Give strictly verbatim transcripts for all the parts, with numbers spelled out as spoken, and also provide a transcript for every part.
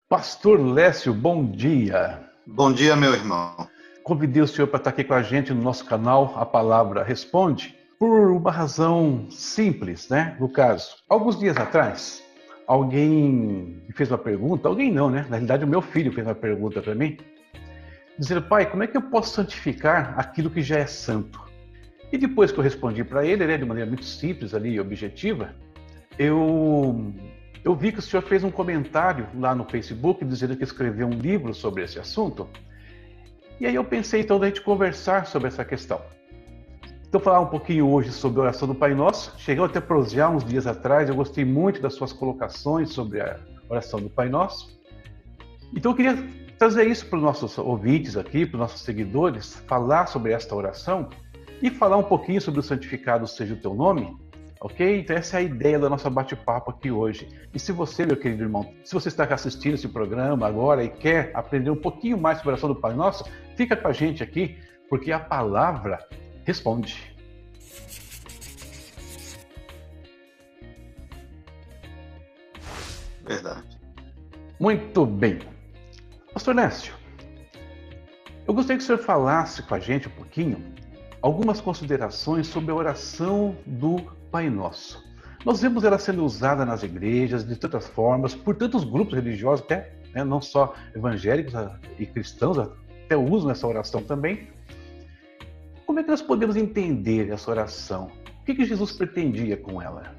Pastor Lécio, bom dia. Bom dia, meu irmão. Convidei o senhor para estar aqui com a gente no nosso canal A Palavra Responde, por uma razão simples, né? No caso, alguns dias atrás, alguém me fez uma pergunta, alguém não, né? Na realidade, o meu filho fez uma pergunta para mim, dizendo: pai, como é que eu posso santificar aquilo que já é santo? E depois que eu respondi para ele, né, de maneira muito simples ali e objetiva, eu... Eu vi que o senhor fez um comentário lá no Facebook dizendo que escreveu um livro sobre esse assunto. E aí eu pensei então da gente conversar sobre essa questão. Então, falar um pouquinho hoje sobre a oração do Pai Nosso. Chegou até a prosear uns dias atrás, eu gostei muito das suas colocações sobre a oração do Pai Nosso. Então eu queria trazer isso para os nossos ouvintes aqui, para os nossos seguidores, falar sobre esta oração e falar um pouquinho sobre o santificado seja o teu nome. Ok? Então essa é a ideia da nossa bate-papo aqui hoje. E se você, meu querido irmão, se você está assistindo esse programa agora e quer aprender um pouquinho mais sobre a oração do Pai Nosso, fica com a gente aqui, porque a palavra responde. Verdade. Muito bem. Pastor Lécio, eu gostaria que o senhor falasse com a gente um pouquinho algumas considerações sobre a oração do Pai Nosso. Nós vemos ela sendo usada nas igrejas de tantas formas, por tantos grupos religiosos, até, né, não só evangélicos e cristãos, até usam essa oração também. Como é que nós podemos entender essa oração? O que que Jesus pretendia com ela?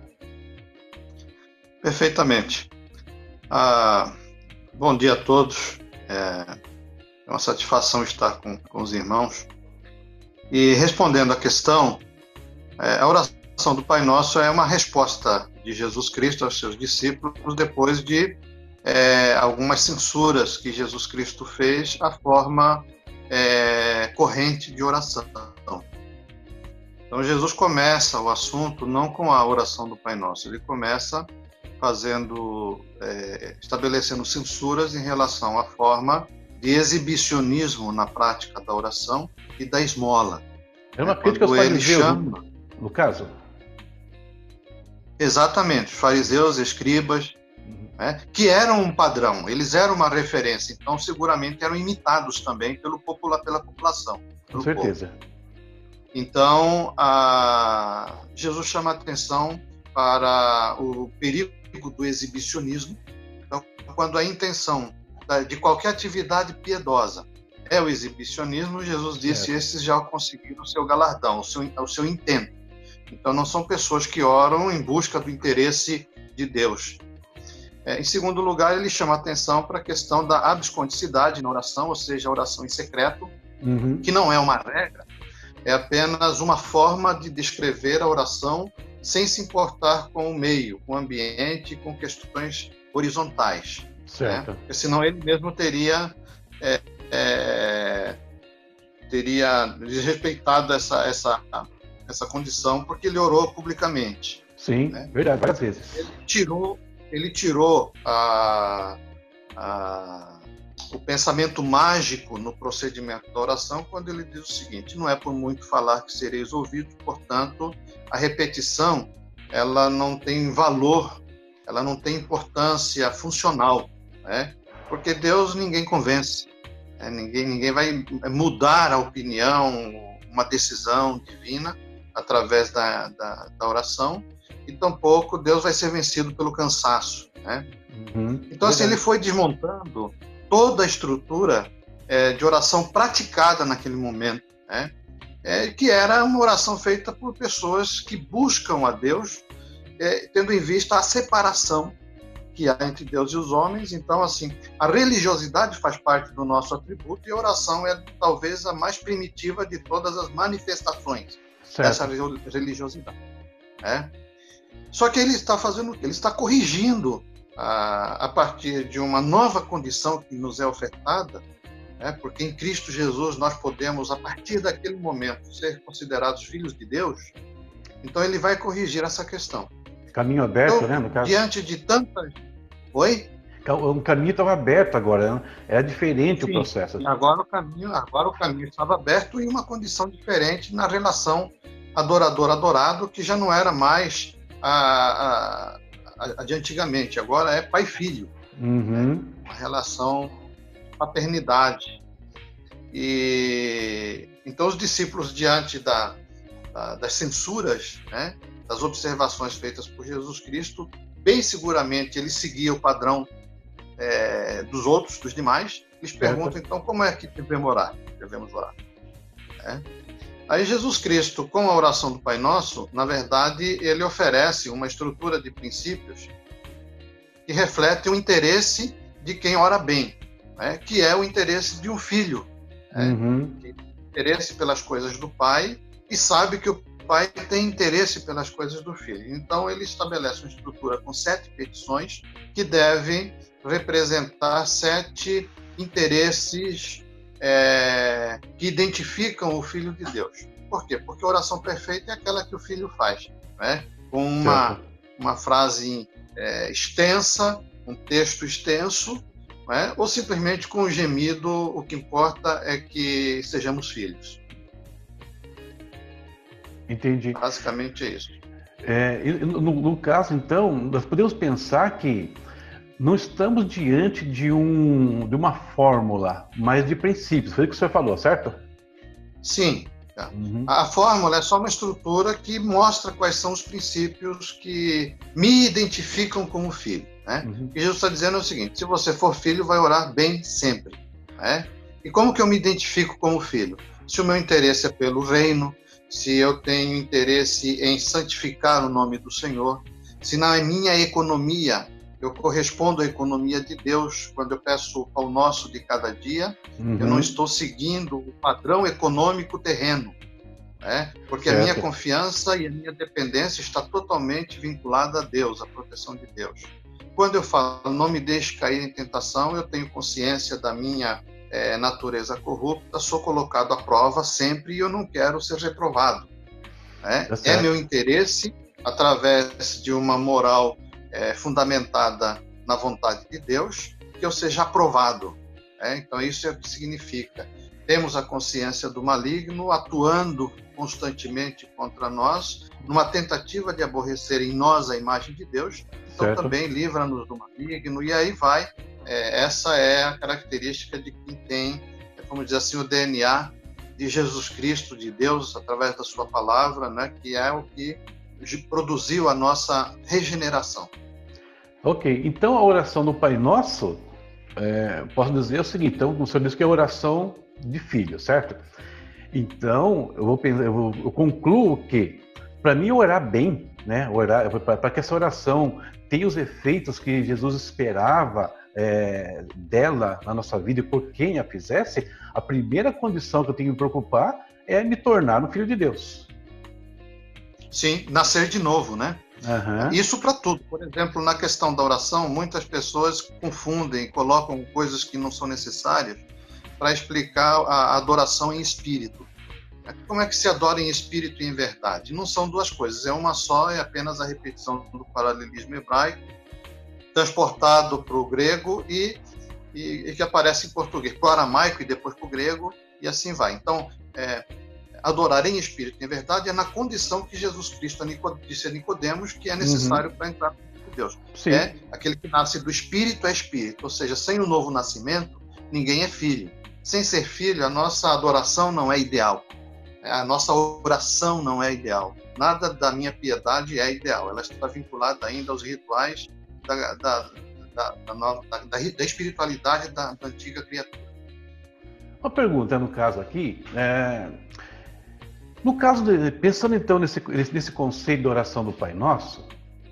Perfeitamente. Ah, bom dia a todos. É uma satisfação estar com, com os irmãos. E respondendo à questão, é, a oração do Pai Nosso é uma resposta de Jesus Cristo aos seus discípulos depois de é, algumas censuras que Jesus Cristo fez à forma é, corrente de oração. Então Jesus começa o assunto não com a oração do Pai Nosso, ele começa fazendo, é, estabelecendo censuras em relação à forma de exibicionismo na prática da oração e da esmola. É uma crítica aos fariseus, chama... no caso? Exatamente, os fariseus, escribas, uhum. né, que eram um padrão, eles eram uma referência, então seguramente eram imitados também pelo popula, pela população. Com certeza. Povo. Então, a... Jesus chama a atenção para o perigo do exibicionismo. Então, quando a intenção de qualquer atividade piedosa é o exibicionismo, Jesus disse: é. Esses já conseguiram o seu galardão, o seu, o seu intento. Então não são pessoas que oram em busca do interesse de Deus. É, em segundo lugar, ele chama a atenção para a questão da abscondicidade na oração, ou seja, a oração em secreto, uhum. que não é uma regra, é apenas uma forma de descrever a oração sem se importar com o meio, com o ambiente, com questões horizontais. Certo. Né? Porque senão ele mesmo teria, é, é, teria desrespeitado essa, essa, essa condição, porque ele orou publicamente. Sim, né? Verdade, várias vezes. Ele tirou, ele tirou a, a, o pensamento mágico no procedimento da oração quando ele diz o seguinte: não é por muito falar que sereis ouvidos, portanto, a repetição ela não tem valor, ela não tem importância funcional. Né? Porque Deus ninguém convence, né? ninguém, ninguém vai mudar a opinião, uma decisão divina através da, da, da oração, e tampouco Deus vai ser vencido pelo cansaço. Né? Uhum. Então assim, ele foi desmontando toda a estrutura é, de oração praticada naquele momento, né? é, que era uma oração feita por pessoas que buscam a Deus, é, tendo em vista a separação que há entre Deus e os homens. Então, assim, a religiosidade faz parte do nosso atributo e a oração é talvez a mais primitiva de todas as manifestações certo. Dessa religiosidade. Né? Só que ele está fazendo, ele está corrigindo a, a partir de uma nova condição que nos é ofertada, né? Porque em Cristo Jesus nós podemos, a partir daquele momento, ser considerados filhos de Deus. Então ele vai corrigir essa questão. Caminho aberto, então, né? No caso. Diante de tantas... Oi? O caminho estava aberto agora, né? Era diferente Sim, o processo. Agora o, caminho, agora o caminho estava aberto em uma condição diferente na relação adorador-adorado, que já não era mais a, a, a, a de antigamente, agora é pai e filho. Uhum. uma relação de paternidade. E então os discípulos, diante da, da, das censuras, né, das observações feitas por Jesus Cristo, bem seguramente ele seguia o padrão é, dos outros, dos demais. Eles perguntam, então, como é que devemos orar? Devemos orar. É. Aí Jesus Cristo, com a oração do Pai Nosso, na verdade, ele oferece uma estrutura de princípios que reflete o interesse de quem ora bem, né? Que é o interesse de um filho. Né? Uhum. Que tem interesse pelas coisas do Pai e sabe que o Pai tem interesse pelas coisas do Filho. Então, ele estabelece uma estrutura com sete petições que devem representar sete interesses é, que identificam o Filho de Deus. Por quê? Porque a oração perfeita é aquela que o Filho faz, né? Com uma, uma frase é, extensa, um texto extenso, né? Ou simplesmente com um gemido. O que importa é que sejamos filhos. Entendi. Basicamente é isso. É, no, no caso, então, nós podemos pensar que não estamos diante de, um, de uma fórmula, mas de princípios. Foi o que o senhor falou, certo? Sim. Tá. Uhum. A fórmula é só uma estrutura que mostra quais são os princípios que me identificam como filho. Né? Uhum. O que Jesus está dizendo é o seguinte: se você for filho, vai orar bem sempre. Né? E como que eu me identifico como filho? Se o meu interesse é pelo reino, se eu tenho interesse em santificar o nome do Senhor, se na minha economia eu correspondo à economia de Deus, quando eu peço o pão nosso de cada dia, uhum. eu não estou seguindo o padrão econômico terreno, né? Porque certo. A minha confiança e a minha dependência está totalmente vinculada a Deus, à proteção de Deus. Quando eu falo, não me deixe cair em tentação, eu tenho consciência da minha é, natureza corrupta, sou colocado à prova sempre e eu não quero ser reprovado. Né? É, é meu interesse, através de uma moral É, fundamentada na vontade de Deus, que eu seja aprovado. Né? Então, isso é o que significa. Temos a consciência do maligno atuando constantemente contra nós, numa tentativa de aborrecer em nós a imagem de Deus. Então, certo. Também livra-nos do maligno, e aí vai. É, essa é a característica de quem tem, vamos dizer assim, o D N A de Jesus Cristo, de Deus, através da sua palavra, né? Que é o que produziu a nossa regeneração. Ok, então a oração do Pai Nosso, é, posso dizer o seguinte, então o senhor disse que é a oração de filho, certo? Então, eu, vou pensar, eu, vou, eu concluo que, para mim, orar bem, né, orar, para que essa oração tenha os efeitos que Jesus esperava é, dela na nossa vida e por quem a fizesse, a primeira condição que eu tenho que me preocupar é me tornar um filho de Deus. Sim, nascer de novo, né? Uhum. Isso para tudo. Por exemplo, na questão da oração, muitas pessoas confundem, colocam coisas que não são necessárias para explicar a adoração em espírito. Como é que se adora em espírito e em verdade? Não são duas coisas, é uma só, é apenas a repetição do paralelismo hebraico, transportado para o grego e, e, e que aparece em português, para o aramaico e depois para o grego, e assim vai. Então, é, adorar em espírito e em verdade é na condição que Jesus Cristo disse a Nicodemos que é necessário uhum. para entrar com Deus. Sim. É aquele que nasce do espírito é espírito, ou seja, sem o novo nascimento, ninguém é filho. Sem ser filho, a nossa adoração não é ideal. A nossa oração não é ideal. Nada da minha piedade é ideal. Ela está vinculada ainda aos rituais da, da, da, da, da, da espiritualidade da, da antiga criatura. Uma pergunta, no caso aqui, é... no caso, de, pensando então nesse, nesse conceito de oração do Pai Nosso,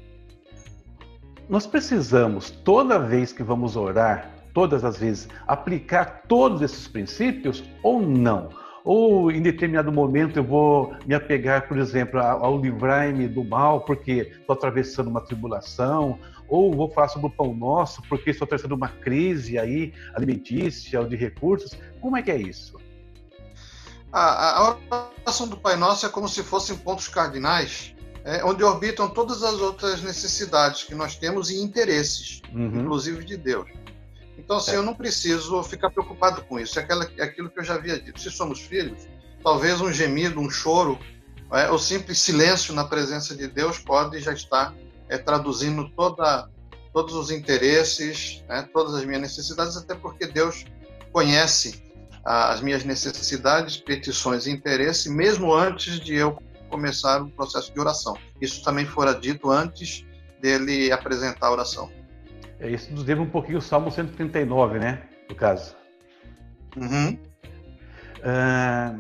nós precisamos, toda vez que vamos orar, todas as vezes, aplicar todos esses princípios ou não? Ou em determinado momento eu vou me apegar, por exemplo, ao, ao livrar-me do mal porque estou atravessando uma tribulação, ou vou falar sobre o pão nosso porque estou atravessando uma crise aí, alimentícia ou de recursos. Como é que é isso? A, a oração do Pai Nosso é como se fossem pontos cardinais, é, onde orbitam todas as outras necessidades que nós temos e interesses, uhum. inclusive de Deus. Então, assim, é. eu não preciso ficar preocupado com isso. É, aquela, é aquilo que eu já havia dito. Se somos filhos, talvez um gemido, um choro, é, ou simples silêncio na presença de Deus pode já estar é, traduzindo toda, todos os interesses, né, todas as minhas necessidades, até porque Deus conhece ah, as minhas necessidades, petições e interesses, mesmo antes de eu começar o processo de oração. Isso também fora dito antes dele apresentar a oração. É, isso nos lembra um pouquinho o Salmo cento e trinta e nove, né? No caso. Uhum. Ah,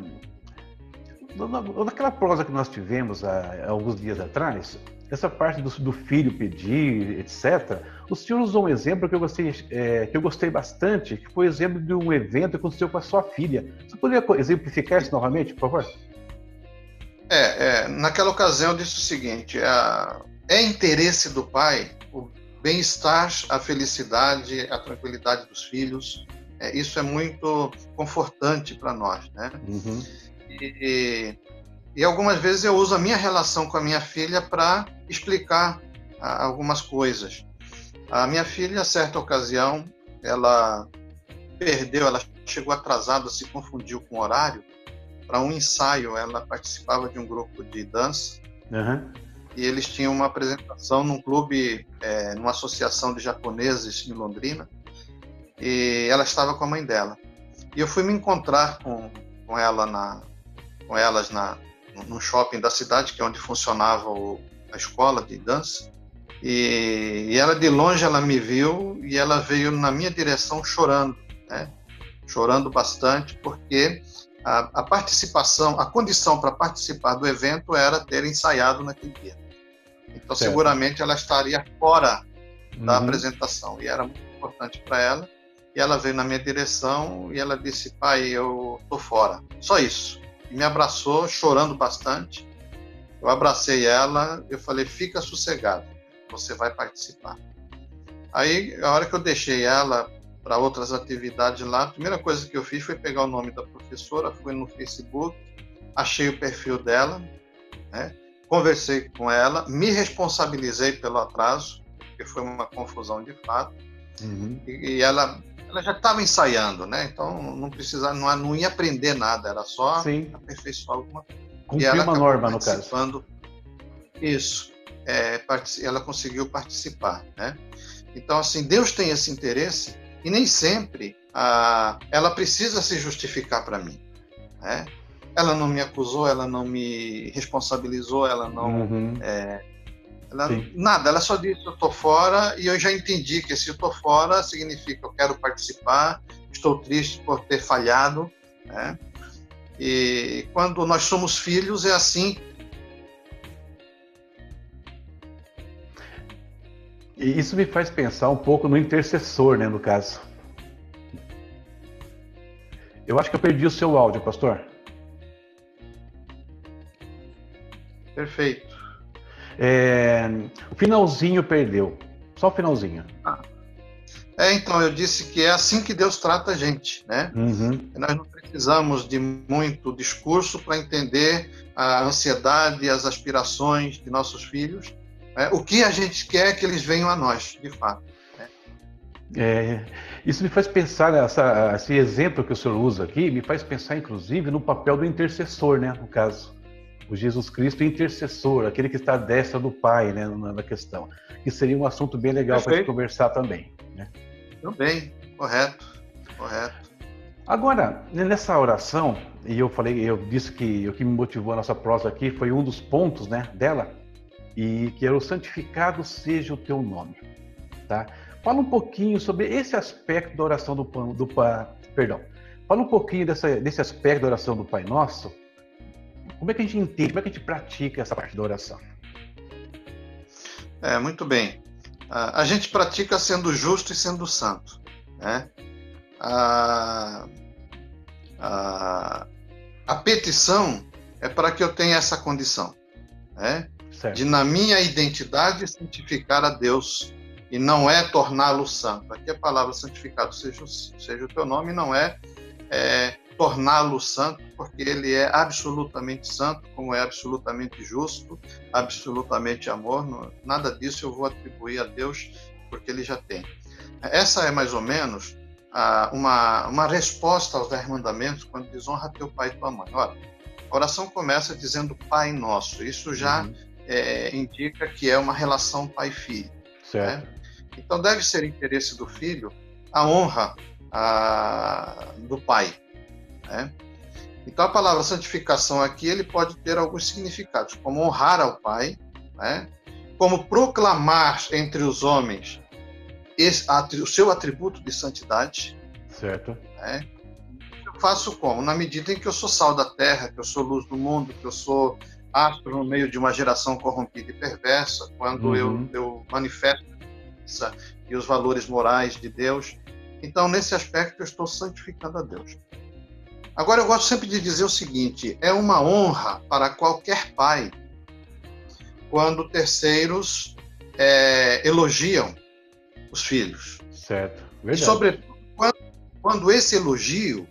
naquela prosa que nós tivemos há, há alguns dias atrás, essa parte do, do filho pedir, etcétera, o senhor usou um exemplo que eu gostei, é, que eu gostei bastante, que foi o exemplo de um evento que aconteceu com a sua filha. Você poderia exemplificar isso novamente, por favor? É, é, naquela ocasião eu disse o seguinte, é, é interesse do pai o bem-estar, a felicidade, a tranquilidade dos filhos. É, isso é muito confortante para nós, né? Uhum. E, e algumas vezes eu uso a minha relação com a minha filha para explicar a, algumas coisas. A minha filha, a certa ocasião, ela perdeu, ela chegou atrasada, se confundiu com o horário para um ensaio. Ela participava de um grupo de dança. Uhum. E eles tinham uma apresentação num clube, é, numa associação de japoneses em Londrina, e ela estava com a mãe dela. E eu fui me encontrar com, com, ela na, com elas na, no shopping da cidade, que é onde funcionava o, a escola de dança, e, e ela de longe ela me viu e ela veio na minha direção chorando, né? Chorando bastante, porque a, a participação, a condição para participar do evento era ter ensaiado naquele dia. Então, certo, seguramente ela estaria fora da uhum. apresentação, e era muito importante para ela. E ela veio na minha direção e ela disse: pai, eu tô fora. Só isso. E me abraçou, chorando bastante. Eu abracei ela, eu falei: fica sossegado, você vai participar. Aí, a hora que eu deixei ela para outras atividades lá, a primeira coisa que eu fiz foi pegar o nome da professora, fui no Facebook, achei o perfil dela, né? Conversei com ela, me responsabilizei pelo atraso, porque foi uma confusão de fato. Uhum. E, e ela, ela já estava ensaiando, né? Então não precisava, não, não ia aprender nada, era só Sim. aperfeiçoar alguma coisa. Cumprir uma norma, no caso. Isso. É, ela conseguiu participar, né? Então, assim, Deus tem esse interesse e nem sempre ah, ela precisa se justificar para mim, né? Ela não me acusou, ela não me responsabilizou, ela não... Uhum. É, ela, nada, ela só disse: eu estou fora, e eu já entendi que se eu estou fora, significa que eu quero participar, estou triste por ter falhado, né? E quando nós somos filhos, é assim. E isso me faz pensar um pouco no intercessor, né, no caso. Eu acho que eu perdi o seu áudio, pastor. Perfeito. É, o finalzinho perdeu. Só o finalzinho. Ah. É, então, eu disse que é assim que Deus trata a gente, né? Uhum. Nós não precisamos de muito discurso para entender a ansiedade, as aspirações de nossos filhos. Né? O que a gente quer é que eles venham a nós, de fato. Né? É, isso me faz pensar, essa, esse exemplo que o senhor usa aqui, me faz pensar, inclusive, no papel do intercessor, né, no caso. O Jesus Cristo intercessor, aquele que está à destra do Pai, né, na, na questão. Que seria um assunto bem legal para a gente conversar também. Né? Também, correto, correto. Agora, nessa oração, e eu falei, eu disse que o que me motivou a nossa prosa aqui foi um dos pontos, né, dela, e que era o santificado seja o teu nome. Tá? Fala um pouquinho sobre esse aspecto da oração do, do perdão. Fala um pouquinho dessa, desse aspecto da oração do Pai Nosso. Como é que a gente entende, como é que a gente pratica essa parte da oração? É, muito bem. A gente pratica sendo justo e sendo santo, né? A, a, a petição é para que eu tenha essa condição, né? Certo. De, na minha identidade, santificar a Deus, e não é torná-lo santo. Aqui a palavra santificado seja, seja o teu nome, não é, é torná-lo santo, porque ele é absolutamente santo, como é absolutamente justo, absolutamente amor. Não, nada disso eu vou atribuir a Deus, porque ele já tem. Essa é mais ou menos ah, uma, uma resposta aos dez mandamentos, quando diz: honra teu pai e tua mãe. Olha, a oração começa dizendo Pai Nosso. Isso já uhum. é, indica que é uma relação pai-filho. Certo. Né? Então deve ser interesse do filho a honra a, do pai, né? Então a palavra santificação aqui ele pode ter alguns significados, como honrar ao pai, né? Como proclamar entre os homens esse, o seu atributo de santidade. Certo. Né? Eu faço como? Na medida em que eu sou sal da terra, que eu sou luz do mundo, que eu sou astro no meio de uma geração corrompida e perversa, quando uhum. eu, eu manifesto essa, e os valores morais de Deus. Então, nesse aspecto, eu estou santificando a Deus. Agora, eu gosto sempre de dizer o seguinte, é uma honra para qualquer pai quando terceiros é, elogiam os filhos. Certo, verdade. E, sobretudo, quando, quando esse elogio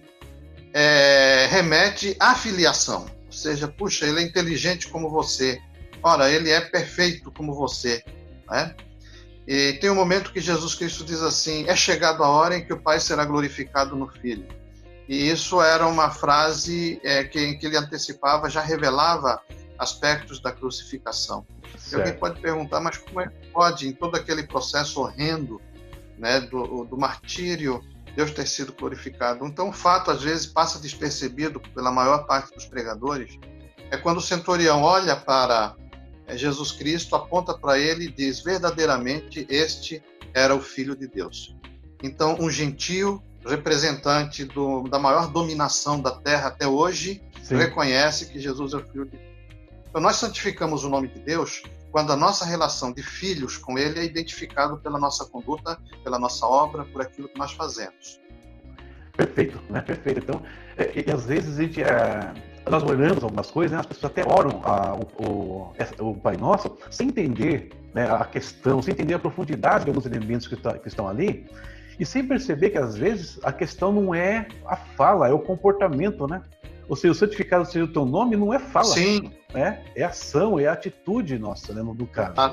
é, remete à filiação. Ou seja, puxa, ele é inteligente como você. Ora, ele é perfeito como você. Né? E tem um momento que Jesus Cristo diz assim, é chegado a hora em que o Pai será glorificado no Filho. E isso era uma frase é, que, em que ele antecipava, já revelava aspectos da crucificação. Certo. E alguém pode perguntar, mas como é que pode, em todo aquele processo horrendo, né, do, do martírio, Deus ter sido glorificado? Então, o fato, às vezes, passa despercebido pela maior parte dos pregadores, é quando o centurião olha para Jesus Cristo, aponta para ele e diz, verdadeiramente, este era o Filho de Deus. Então, um gentio, representante do, da maior dominação da terra até hoje, Sim. reconhece que Jesus é o Filho de Deus. Então, nós santificamos o nome de Deus quando a nossa relação de filhos com Ele é identificado pela nossa conduta, pela nossa obra, por aquilo que nós fazemos. Perfeito, né? Perfeito. Então, é, e às vezes a gente, é, nós olhamos algumas coisas, né? As pessoas até oram a, o, o, o Pai Nosso sem entender, né, a questão, sem entender a profundidade de alguns elementos que, tá, que estão ali, e sem perceber que às vezes a questão não é a fala, é o comportamento, né? Ou seja, o santificado seja o teu nome não é fala. Sim. Né? É ação, é atitude nossa, né, no caso. Ah.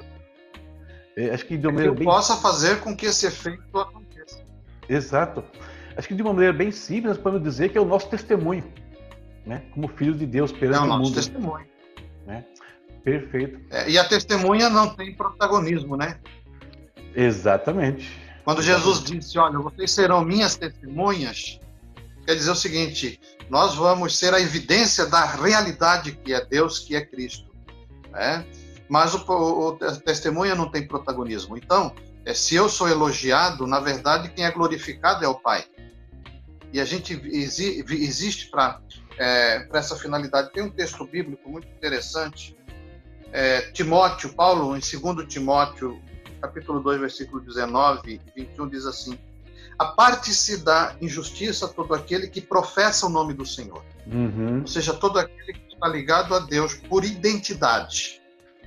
É, acho que de uma é maneira que eu bem... possa fazer com que esse efeito aconteça. Exato. Acho que de uma maneira bem simples, nós podemos dizer que é o nosso testemunho, né? Como filhos de Deus perante o mundo. É o nosso testemunho. Né? Perfeito. É, e a testemunha não tem protagonismo, né? Exatamente. Quando Jesus disse, olha, vocês serão minhas testemunhas, quer dizer o seguinte, nós vamos ser a evidência da realidade que é Deus, que é Cristo. Né? Mas o, o, o testemunha não tem protagonismo. Então, é, se eu sou elogiado, na verdade, quem é glorificado é o Pai. E a gente exi, existe para é, essa finalidade. Tem um texto bíblico muito interessante, é, Timóteo, Paulo, em segundo Timóteo, capítulo dois, versículo dezenove e vinte e um, diz assim, aparte-se da injustiça todo aquele que professa o nome do Senhor. Uhum. Ou seja, todo aquele que está ligado a Deus por identidade.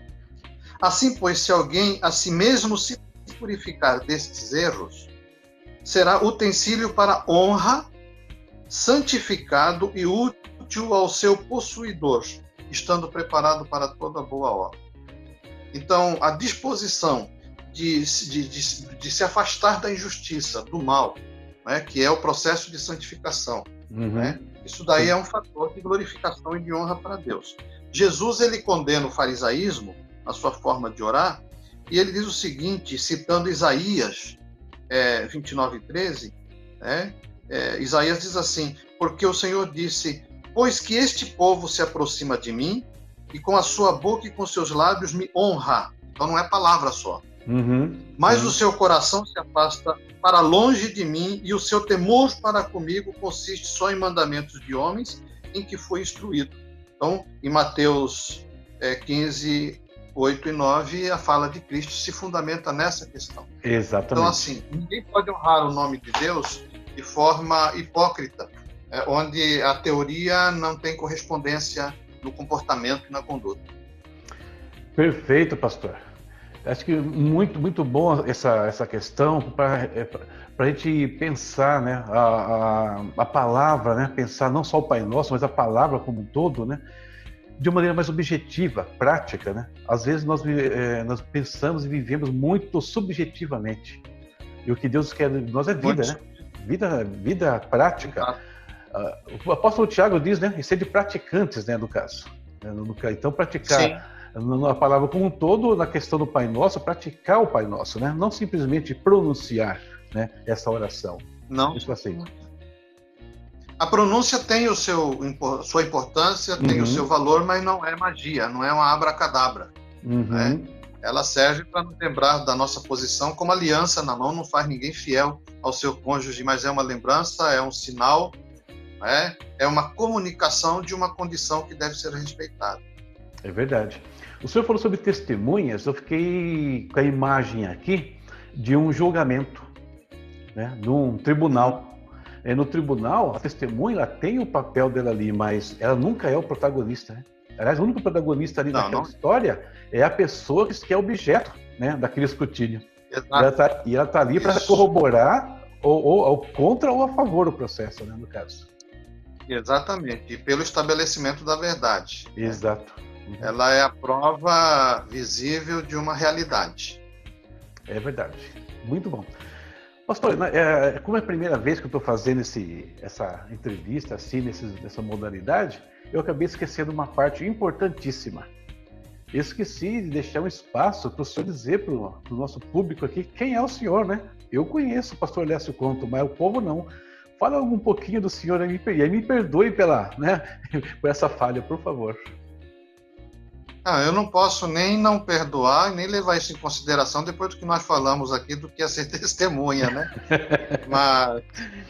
Assim, pois, se alguém a si mesmo se purificar destes erros, será utensílio para honra, santificado e útil ao seu possuidor, estando preparado para toda boa obra. Então, a disposição De, de, de, de se afastar da injustiça, do mal, né, que é o processo de santificação. Uhum. Né? Isso daí é um fator de glorificação e de honra para Deus. Jesus, ele condena o farisaísmo, na sua forma de orar, e ele diz o seguinte, citando Isaías é, vinte e nove, treze, né, é, Isaías diz assim, porque o Senhor disse, pois que este povo se aproxima de mim, e com a sua boca e com seus lábios me honra. Então não é palavra só. Uhum, mas uhum. o seu coração se afasta para longe de mim e o seu temor para comigo consiste só em mandamentos de homens em que foi instruído. Então, em Mateus é, quinze, oito e nove, a fala de Cristo se fundamenta nessa questão. Exatamente. Então, assim, ninguém pode honrar o nome de Deus de forma hipócrita, é, onde a teoria não tem correspondência no comportamento e na conduta. Perfeito, pastor. Acho que muito, muito bom essa, essa questão para a gente pensar, né, a, a, a palavra, né, pensar não só o Pai Nosso, mas a palavra como um todo, né, de uma maneira mais objetiva, prática. Né? Às vezes nós, é, nós pensamos e vivemos muito subjetivamente. E o que Deus quer de nós é vida, né? Vida, vida prática. Uh, o apóstolo Tiago diz, né, ser de praticantes, né, no caso. Então, praticar... Sim. na palavra como um todo, na questão do Pai Nosso, praticar o Pai Nosso, né? Não simplesmente pronunciar, né, essa oração. Não. Isso assim. A pronúncia tem o seu, sua importância, uhum. tem o seu valor, mas não é magia, não é uma abracadabra. Uhum. Né? Ela serve para nos lembrar da nossa posição, como aliança na mão não faz ninguém fiel ao seu cônjuge, mas é uma lembrança, é um sinal, né? É uma comunicação de uma condição que deve ser respeitada. É verdade. O senhor falou sobre testemunhas, eu fiquei com a imagem aqui de um julgamento, né, de um tribunal. É, no tribunal, a testemunha ela tem o papel dela ali, mas ela nunca é o protagonista. Né? Aliás, o único protagonista ali não, naquela não. história é a pessoa que é objeto, né, daquele escrutínio. Ela tá, e ela está ali para corroborar ou, ou, ou contra ou a favor do processo, né, no caso. Exatamente, e pelo estabelecimento da verdade. Exato. Né? Uhum. Ela é a prova visível de uma realidade. É verdade. Muito bom. Pastor, é, como é a primeira vez que eu estou fazendo esse, essa entrevista assim, nesse, nessa modalidade, eu acabei esquecendo uma parte importantíssima. Eu esqueci de deixar um espaço para o senhor dizer para o nosso público aqui quem é o senhor, né? Eu conheço o pastor Lécio Conto, mas o povo não. Fala um pouquinho do senhor e me, me perdoe pela, né, por essa falha, por favor. Ah, eu não posso nem não perdoar, nem levar isso em consideração depois do que nós falamos aqui, do que é ser testemunha, né? Mas,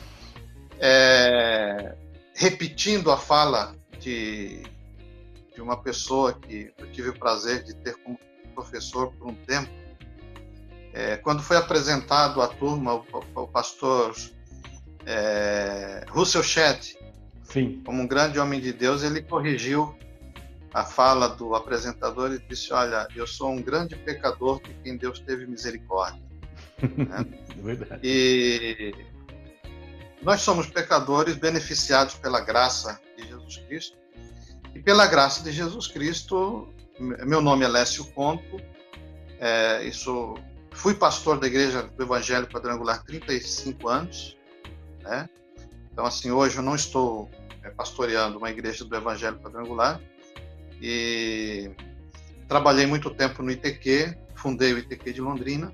é, repetindo a fala de, de uma pessoa que eu tive o prazer de ter como professor por um tempo, é, quando foi apresentado à turma o, o pastor é, Russell Shedd, Sim. como um grande homem de Deus, ele corrigiu a fala do apresentador e disse: olha, eu sou um grande pecador de quem Deus teve misericórdia. Né? Verdade. E nós somos pecadores beneficiados pela graça de Jesus Cristo. E pela graça de Jesus Cristo, meu nome é Lécio Conto, é, isso, fui pastor da Igreja do Evangelho Quadrangular há trinta e cinco anos. Né? Então, assim, hoje eu não estou pastoreando uma igreja do Evangelho Quadrangular, e trabalhei muito tempo no I T Q, fundei o I T Q de Londrina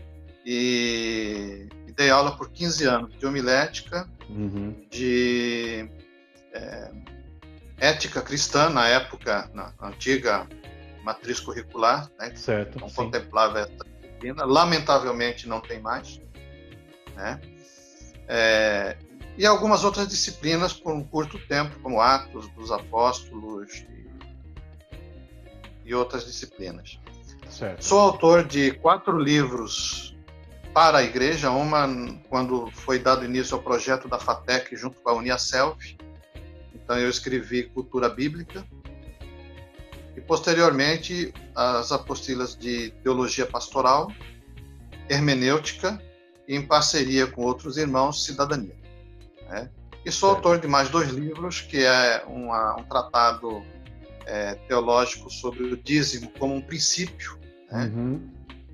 e, e dei aula por quinze anos de homilética, uhum. de é, ética cristã, na época, na antiga matriz curricular, né, que certo, não sim. contemplava essa disciplina, lamentavelmente não tem mais, né? É, e algumas outras disciplinas por um curto tempo, como Atos dos Apóstolos e outras disciplinas. Certo. Sou autor de quatro livros para a igreja, uma quando foi dado início ao projeto da FATEC junto com a Uniaself, então eu escrevi Cultura Bíblica, e posteriormente as apostilas de Teologia Pastoral, Hermenêutica e, em parceria com outros irmãos, Cidadania. Né? E sou certo. autor de mais dois livros, que é uma, um tratado É, teológico sobre o dízimo como um princípio, né? uhum.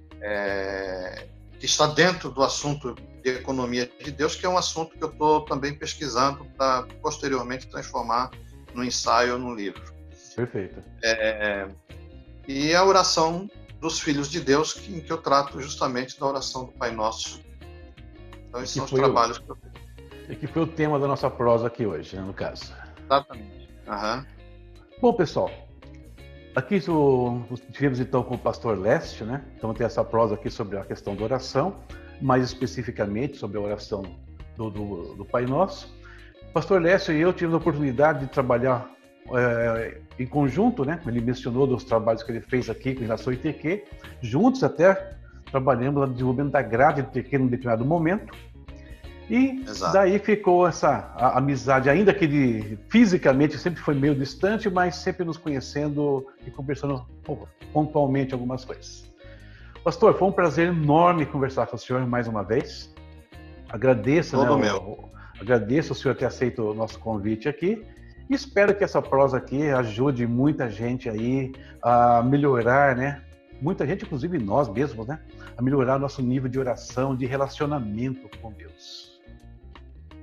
é, que está dentro do assunto de economia de Deus, que é um assunto que eu estou também pesquisando para posteriormente transformar no ensaio ou no livro. Perfeito. É, e a oração dos filhos de Deus, que, em que eu trato justamente da oração do Pai Nosso. Então, esses são os trabalhos o... que eu fiz. E que foi o tema da nossa prosa aqui hoje, né, no caso. Exatamente. Aham. Uhum. Bom, pessoal, aqui estivemos então com o pastor Lécio, né? Então tem essa prosa aqui sobre a questão da oração, mais especificamente sobre a oração do, do, do Pai Nosso. O pastor Lécio e eu tivemos a oportunidade de trabalhar é, em conjunto, né? Ele mencionou dos trabalhos que ele fez aqui com relação ao I T Q, juntos até trabalhamos no desenvolvimento da grade do I T Q num determinado momento. E Exato. Daí ficou essa amizade, ainda que de, fisicamente sempre foi meio distante, mas sempre nos conhecendo e conversando pontualmente algumas coisas. Pastor, foi um prazer enorme conversar com o senhor mais uma vez. Agradeço, Todo né, meu. o, agradeço o senhor ter aceito o nosso convite aqui e espero que essa prosa aqui ajude muita gente aí a melhorar, né? Muita gente, inclusive nós mesmos, né? A melhorar nosso nível de oração, de relacionamento com Deus.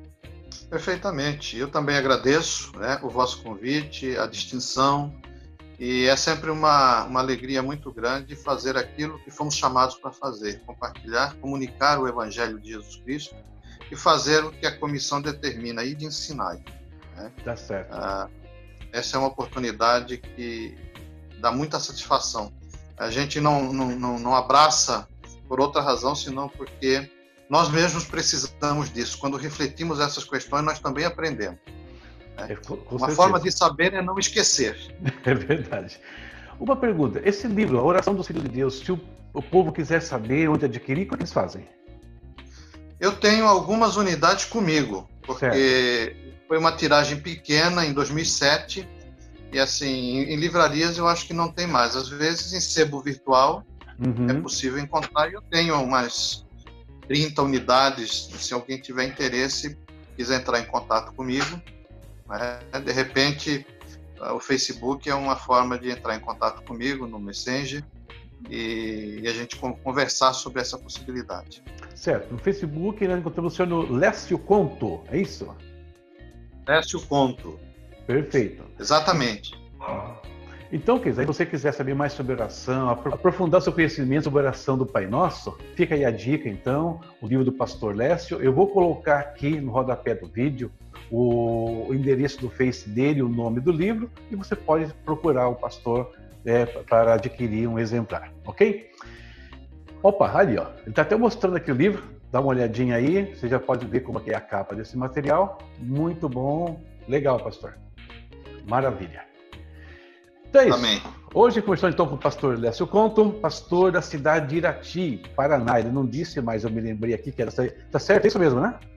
Perfeitamente. Eu também agradeço, né, o vosso convite, a distinção E é sempre uma, uma alegria muito grande fazer aquilo que fomos chamados para fazer, compartilhar, comunicar o Evangelho de Jesus Cristo e fazer o que a comissão determina, aí de ensinar. Né? Tá certo. Ah, essa é uma oportunidade que dá muita satisfação. A gente não, não, não, não abraça por outra razão, senão porque nós mesmos precisamos disso. Quando refletimos essas questões, nós também aprendemos. Né? É, com, com Uma certeza. forma de saber é não esquecer. É verdade. Uma pergunta, esse livro, A Oração dos Filhos de Deus, se o, o povo quiser saber onde adquirir, como eles fazem? Eu tenho algumas unidades comigo, porque certo. Foi uma tiragem pequena em dois mil e sete, e assim, em livrarias eu acho que não tem mais. Às vezes em sebo virtual uhum. é possível encontrar, e eu tenho umas trinta unidades, se alguém tiver interesse, quiser entrar em contato comigo, né? De repente o Facebook é uma forma de entrar em contato comigo no Messenger e, e a gente conversar sobre essa possibilidade. Certo, no Facebook nós encontramos o senhor Lécio Conto, é isso? Lécio Conto. Perfeito. Exatamente. Então, se você quiser saber mais sobre oração, aprofundar seu conhecimento sobre a oração do Pai Nosso, fica aí a dica, então, o livro do pastor Lécio. Eu vou colocar aqui no rodapé do vídeo o endereço do Face dele, o nome do livro, e você pode procurar o pastor é, para adquirir um exemplar, ok? Opa, ali, ó. Ele está até mostrando aqui o livro, dá uma olhadinha aí, você já pode ver como é a capa desse material. Muito bom, legal, pastor. Maravilha. Então é isso. Amém. Hoje conversando então com o pastor Lécio Conto, pastor da cidade de Irati, Paraná. Ele não disse, mas eu me lembrei aqui que era... Tá certo, é isso mesmo, né?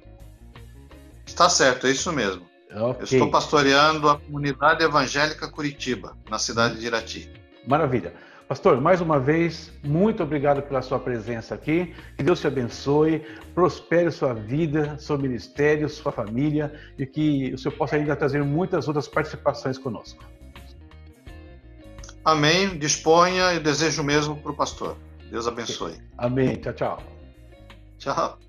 Está certo, é isso mesmo. Okay. Eu estou pastoreando a comunidade evangélica Curitiba, na cidade de Irati. Maravilha. Pastor, mais uma vez, muito obrigado pela sua presença aqui. Que Deus te abençoe, prospere sua vida, seu ministério, sua família e que o Senhor possa ainda trazer muitas outras participações conosco. Amém. Disponha e desejo o mesmo para o pastor. Deus abençoe. Amém. Tchau, tchau. Tchau.